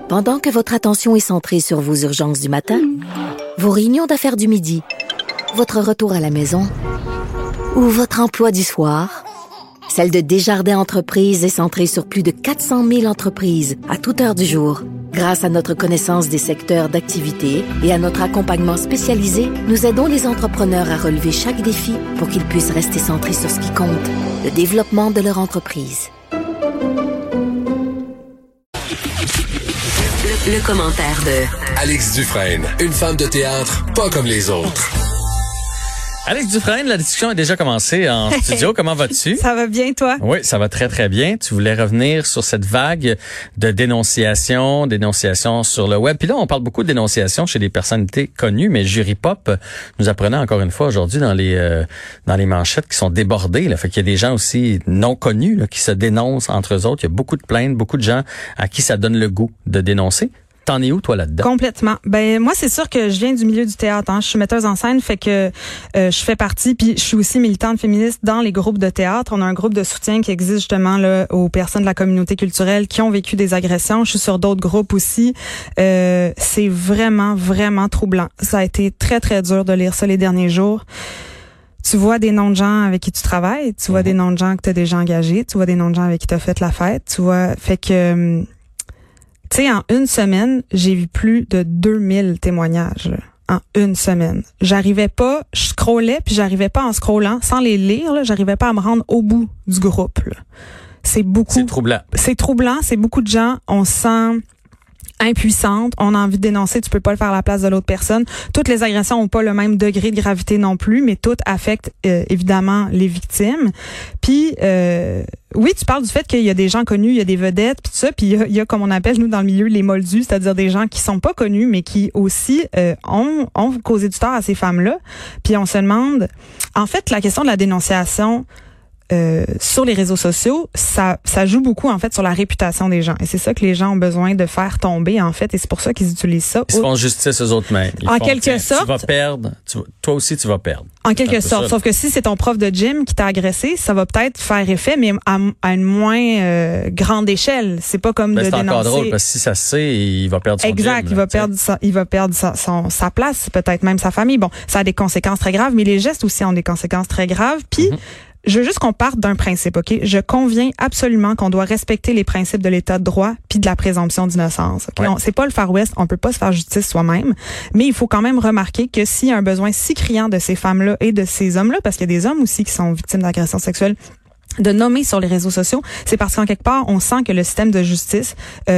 Pendant que votre attention est centrée sur vos urgences du matin, vos réunions d'affaires du midi, votre retour à la maison ou votre emploi du soir, celle de Desjardins Entreprises est centrée sur plus de 400 000 entreprises à toute heure du jour. Grâce à notre connaissance des secteurs d'activité et à notre accompagnement spécialisé, nous aidons les entrepreneurs à relever chaque défi pour qu'ils puissent rester centrés sur ce qui compte, le développement de leur entreprise. Le commentaire de Alex Dufresne, une femme de théâtre pas comme les autres. Alex Dufresne, la discussion a déjà commencé en studio. Comment vas-tu? Ça va bien, toi? Oui, ça va très, très bien. Tu voulais revenir sur cette vague de dénonciation sur le web. Puis là, on parle beaucoup de dénonciation chez des personnalités connues, mais Jury Pop nous apprenait encore une fois aujourd'hui dans les manchettes qui sont débordées. Là. Fait qu'il y a des gens aussi non connus là, qui se dénoncent entre eux autres. Il y a beaucoup de plaintes, beaucoup de gens à qui ça donne le goût de dénoncer. T'en es où, toi, là-dedans? Complètement. Ben moi, c'est sûr que je viens du milieu du théâtre. Je suis metteuse en scène, fait que je fais partie, puis je suis aussi militante féministe dans les groupes de théâtre. On a un groupe de soutien qui existe justement là aux personnes de la communauté culturelle qui ont vécu des agressions. Je suis sur d'autres groupes aussi. C'est vraiment, vraiment troublant. Ça a été très, très dur de lire ça les derniers jours. Tu vois des noms de gens avec qui tu travailles, tu vois des noms de gens que tu as déjà engagés, tu vois des noms de gens avec qui tu as fait la fête, tu vois. Fait que... Tu sais, en une semaine, j'ai vu plus de 2000 témoignages, là, en une semaine. J'arrivais pas, je scrollais, puis j'arrivais pas en scrollant, sans les lire, là, j'arrivais pas à me rendre au bout du groupe, là. C'est beaucoup. C'est troublant. C'est troublant, c'est beaucoup de gens, on se sent impuissante, on a envie de dénoncer, tu peux pas le faire à la place de l'autre personne. Toutes les agressions ont pas le même degré de gravité non plus, mais toutes affectent évidemment les victimes. Puis oui, tu parles du fait qu'il y a des gens connus, il y a des vedettes, puis tout ça, puis il y a comme on appelle nous dans le milieu les moldus, c'est-à-dire des gens qui sont pas connus mais qui aussi ont causé du tort à ces femmes-là. Puis on se demande, en fait, la question de la dénonciation sur les réseaux sociaux, ça joue beaucoup en fait sur la réputation des gens. Et c'est ça que les gens ont besoin de faire tomber en fait. Et c'est pour ça qu'ils utilisent ça. Ils se font justice aux autres mêmes. En quelque sorte. Tu vas perdre. Toi aussi, tu vas perdre. En quelque sorte. Sauf que si c'est ton prof de gym qui t'a agressé, ça va peut-être faire effet, mais à une moins grande échelle. C'est pas comme de dénoncer. C'est encore drôle parce que si ça se sait, il va perdre son exact, gym. Il va perdre sa place, peut-être même sa famille. Bon, ça a des conséquences très graves, mais les gestes aussi ont des conséquences très graves. Puis je veux juste qu'on parte d'un principe, OK? Je conviens absolument qu'on doit respecter les principes de l'état de droit puis de la présomption d'innocence. Okay? Ouais. C'est pas le Far West, on peut pas se faire justice soi-même, mais il faut quand même remarquer que s'il y a un besoin si criant de ces femmes-là et de ces hommes-là, parce qu'il y a des hommes aussi qui sont victimes d'agressions sexuelles, de nommer sur les réseaux sociaux, c'est parce qu'en quelque part, on sent que le système de justice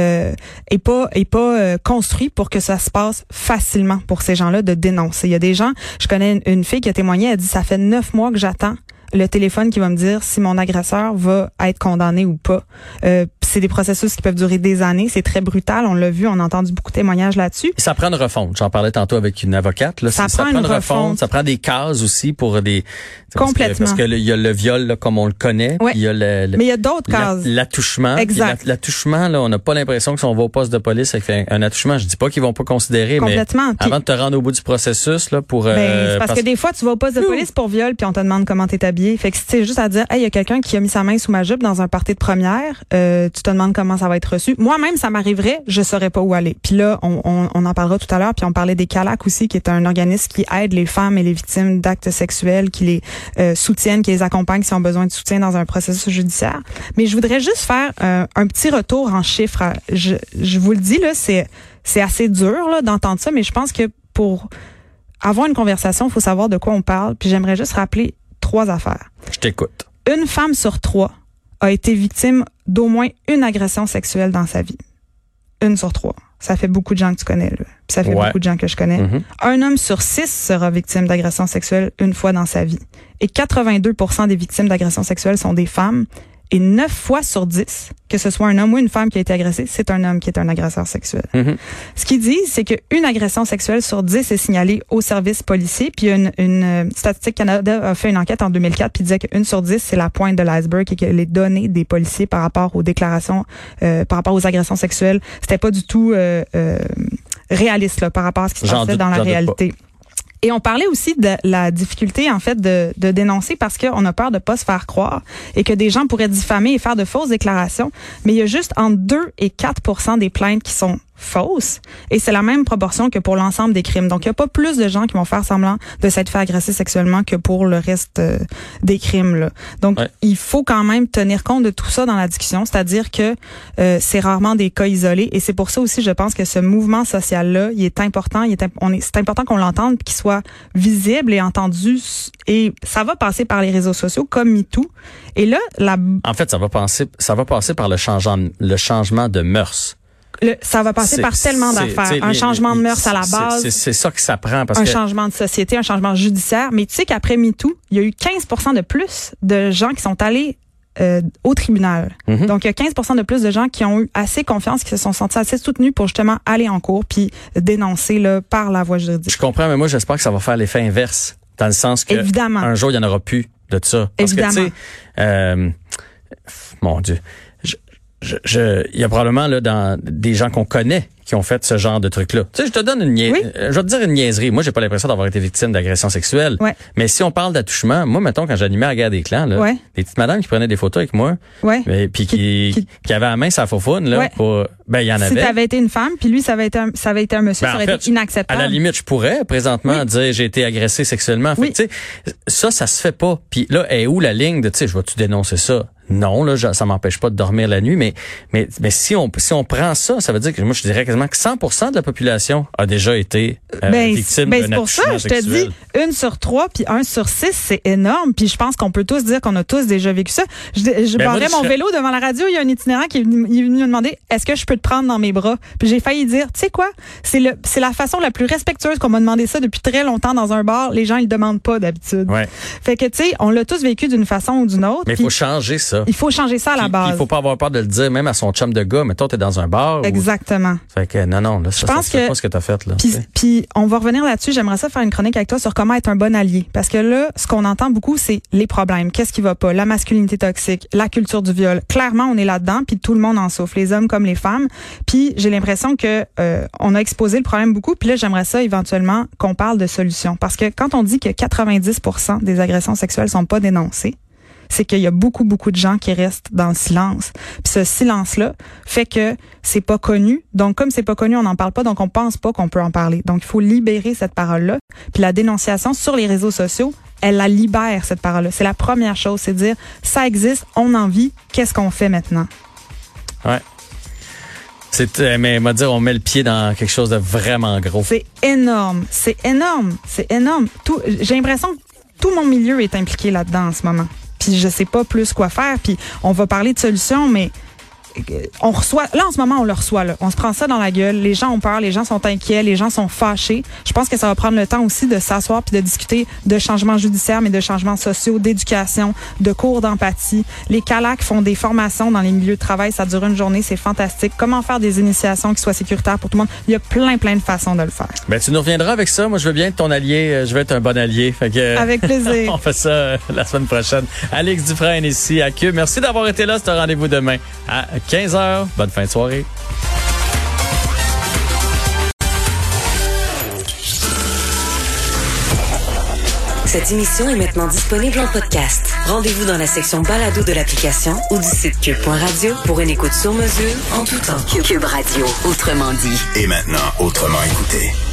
est pas construit pour que ça se passe facilement pour ces gens-là de dénoncer. Il y a des gens, je connais une fille qui a témoigné, elle dit ça fait 9 mois que j'attends le téléphone qui va me dire si mon agresseur va être condamné ou pas. C'est des processus qui peuvent durer des années. C'est très brutal. On l'a vu, on a entendu beaucoup de témoignages là-dessus. Ça prend une refonte. J'en parlais tantôt avec une avocate. Là. Ça prend une refonte. Ça prend des cases aussi pour des... Complètement. Parce que il y a le viol là, comme on le connaît. Ouais. Il y a mais il y a d'autres cases. L'attouchement. Exact. L'attouchement, là, on n'a pas l'impression que si on va au poste de police avec un attouchement, je dis pas qu'ils vont pas considérer, complètement. Mais avant de te rendre au bout du processus, là, pour... parce que des fois, tu vas au poste de police pour viol puis on te demande comment t'es habillé. Fait que si c'est juste à dire, hey, il y a quelqu'un qui a mis sa main sous ma jupe dans un party de première, tu te demandes comment ça va être reçu. Moi-même, ça m'arriverait, je saurais pas où aller. Puis là, on en parlera tout à l'heure, puis on parlait des CALAC aussi, qui est un organisme qui aide les femmes et les victimes d'actes sexuels, qui les soutiennent, qui les accompagnent s'ils ont besoin de soutien dans un processus judiciaire. Mais je voudrais juste faire un petit retour en chiffres. Je vous le dis, là, c'est assez dur là d'entendre ça, mais je pense que pour avoir une conversation, il faut savoir de quoi on parle. Puis j'aimerais juste rappeler 3 affaires. Je t'écoute. Une femme sur 3 a été victime d'au moins une agression sexuelle dans sa vie. 1 sur 3. Ça fait beaucoup de gens que tu connais, là. Puis ça fait beaucoup de gens que je connais. Un homme sur 6 sera victime d'agression sexuelle une fois dans sa vie. Et 82% des victimes d'agression sexuelle sont des femmes. Et 9 fois sur 10, que ce soit un homme ou une femme qui a été agressée, c'est un homme qui est un agresseur sexuel. Ce qu'ils disent, c'est qu'une agression sexuelle sur 10 est signalée au service policier. Puis une Statistique Canada a fait une enquête en 2004 puis disait qu'une sur 10, c'est la pointe de l'iceberg et que les données des policiers par rapport aux déclarations, par rapport aux agressions sexuelles, c'était pas du tout réaliste là, par rapport à ce qui se passait dans la réalité. Et on parlait aussi de la difficulté, en fait, de dénoncer parce qu'on a peur de pas se faire croire et que des gens pourraient diffamer et faire de fausses déclarations. Mais il y a juste entre 2 et 4% des plaintes qui sont fausse et c'est la même proportion que pour l'ensemble des crimes. Donc, il n'y a pas plus de gens qui vont faire semblant de s'être fait agresser sexuellement que pour le reste des crimes, là. Donc, il faut quand même tenir compte de tout ça dans la discussion, c'est-à-dire que c'est rarement des cas isolés et c'est pour ça aussi, je pense que ce mouvement social-là, il est important, c'est important qu'on l'entende et qu'il soit visible et entendu et ça va passer par les réseaux sociaux comme MeToo. Et là, en fait, ça va passer par le changement de mœurs. Ça va passer par tellement d'affaires. Un changement de mœurs à la base. C'est ça que ça prend. Parce un changement de société, un changement judiciaire. Mais tu sais qu'après MeToo, il y a eu 15% de plus de gens qui sont allés au tribunal. Mm-hmm. Donc, il y a 15% de plus de gens qui ont eu assez confiance, qui se sont sentis assez soutenus pour justement aller en cours puis dénoncer là, par la voie juridique. Je comprends, mais moi, j'espère que ça va faire l'effet inverse. Dans le sens que un jour, il n'y en aura plus de ça. Parce Évidemment. que, tu sais, mon Dieu, il y a probablement là dans des gens qu'on connaît qui ont fait ce genre de truc-là. Tu sais, je te donne je vais te dire une niaiserie. Moi, j'ai pas l'impression d'avoir été victime d'agression sexuelle. Ouais. Mais si on parle d'attouchement, moi, mettons, quand j'animais à la guerre des clans, là, des petites madames qui prenaient des photos avec moi, puis qui avaient à main sa faufoune, là, il y en avait. Si t'avais été une femme, puis lui, ça avait été un monsieur, ça aurait été inacceptable. À la limite, je pourrais, présentement, dire j'ai été agressé sexuellement. Fait que, tu sais, ça se fait pas. Puis là, est où la ligne de, tu sais, je vais-tu dénoncer ça? Non, là, ça m'empêche pas de dormir la nuit, mais si on prend ça, ça veut dire que moi, je dirais quasiment que 100% de la population a déjà été victime d'un attouchement sexuel. C'est pour ça, je te dis, 1 sur 3 puis 1 sur 6, c'est énorme. Puis je pense qu'on peut tous dire qu'on a tous déjà vécu ça. Je barrais mon vélo devant la radio, il y a un itinérant qui est venu me demander, est-ce que je peux te prendre dans mes bras? Puis j'ai failli dire, tu sais quoi? C'est la façon la plus respectueuse qu'on m'a demandé ça depuis très longtemps dans un bar. Les gens, ils le demandent pas d'habitude. Ouais. Fait que, tu sais, on l'a tous vécu d'une façon ou d'une autre. Mais il faut changer ça. Il faut changer ça à la base. Il faut pas avoir peur de le dire, même à son chum de gars. Mettons, t'es dans un bar. Exactement. Fait que non, là, je pense que pas ce que t'as fait, là. Puis on va revenir là-dessus. J'aimerais ça faire une chronique avec toi sur comment être un bon allié. Parce que là, ce qu'on entend beaucoup, c'est les problèmes. Qu'est-ce qui va pas? La masculinité toxique, la culture du viol. Clairement, on est là-dedans, puis tout le monde en souffre, les hommes comme les femmes. Puis j'ai l'impression que on a exposé le problème beaucoup. Puis là, j'aimerais ça éventuellement qu'on parle de solutions. Parce que quand on dit que 90% des agressions sexuelles sont pas dénoncées, c'est qu'il y a beaucoup de gens qui restent dans le silence. Puis ce silence-là fait que c'est pas connu. Donc, comme c'est pas connu, on n'en parle pas, donc on pense pas qu'on peut en parler. Donc, il faut libérer cette parole-là. Puis la dénonciation sur les réseaux sociaux, elle la libère, cette parole-là. C'est la première chose, c'est de dire, ça existe, on en vit, qu'est-ce qu'on fait maintenant? Ouais. Mais on va dire, on met le pied dans quelque chose de vraiment gros. C'est énorme. J'ai l'impression que tout mon milieu est impliqué là-dedans en ce moment. Puis je sais pas plus quoi faire, puis on va parler de solutions, mais on reçoit, là en ce moment on le reçoit, là. On se prend ça dans la gueule, les gens ont peur, les gens sont inquiets, les gens sont fâchés. Je pense que ça va prendre le temps aussi de s'asseoir puis de discuter de changements judiciaires, mais de changements sociaux, d'éducation, de cours d'empathie. Les CALAC font des formations dans les milieux de travail, ça dure une journée, c'est fantastique. Comment faire des initiations qui soient sécuritaires pour tout le monde? Il y a plein de façons de le faire. Ben tu nous reviendras avec ça, moi je veux bien être ton allié, je veux être un bon allié. Fait que, avec plaisir. On fait ça la semaine prochaine. Alex Dufresne ici à Cube. Merci d'avoir été là, c'est un rendez-vous demain à 15h. Bonne fin de soirée. Cette émission est maintenant disponible en podcast. Rendez-vous dans la section balado de l'application ou du site cube.radio pour une écoute sur mesure en tout temps. Cube Radio, autrement dit. Et maintenant, autrement écouté.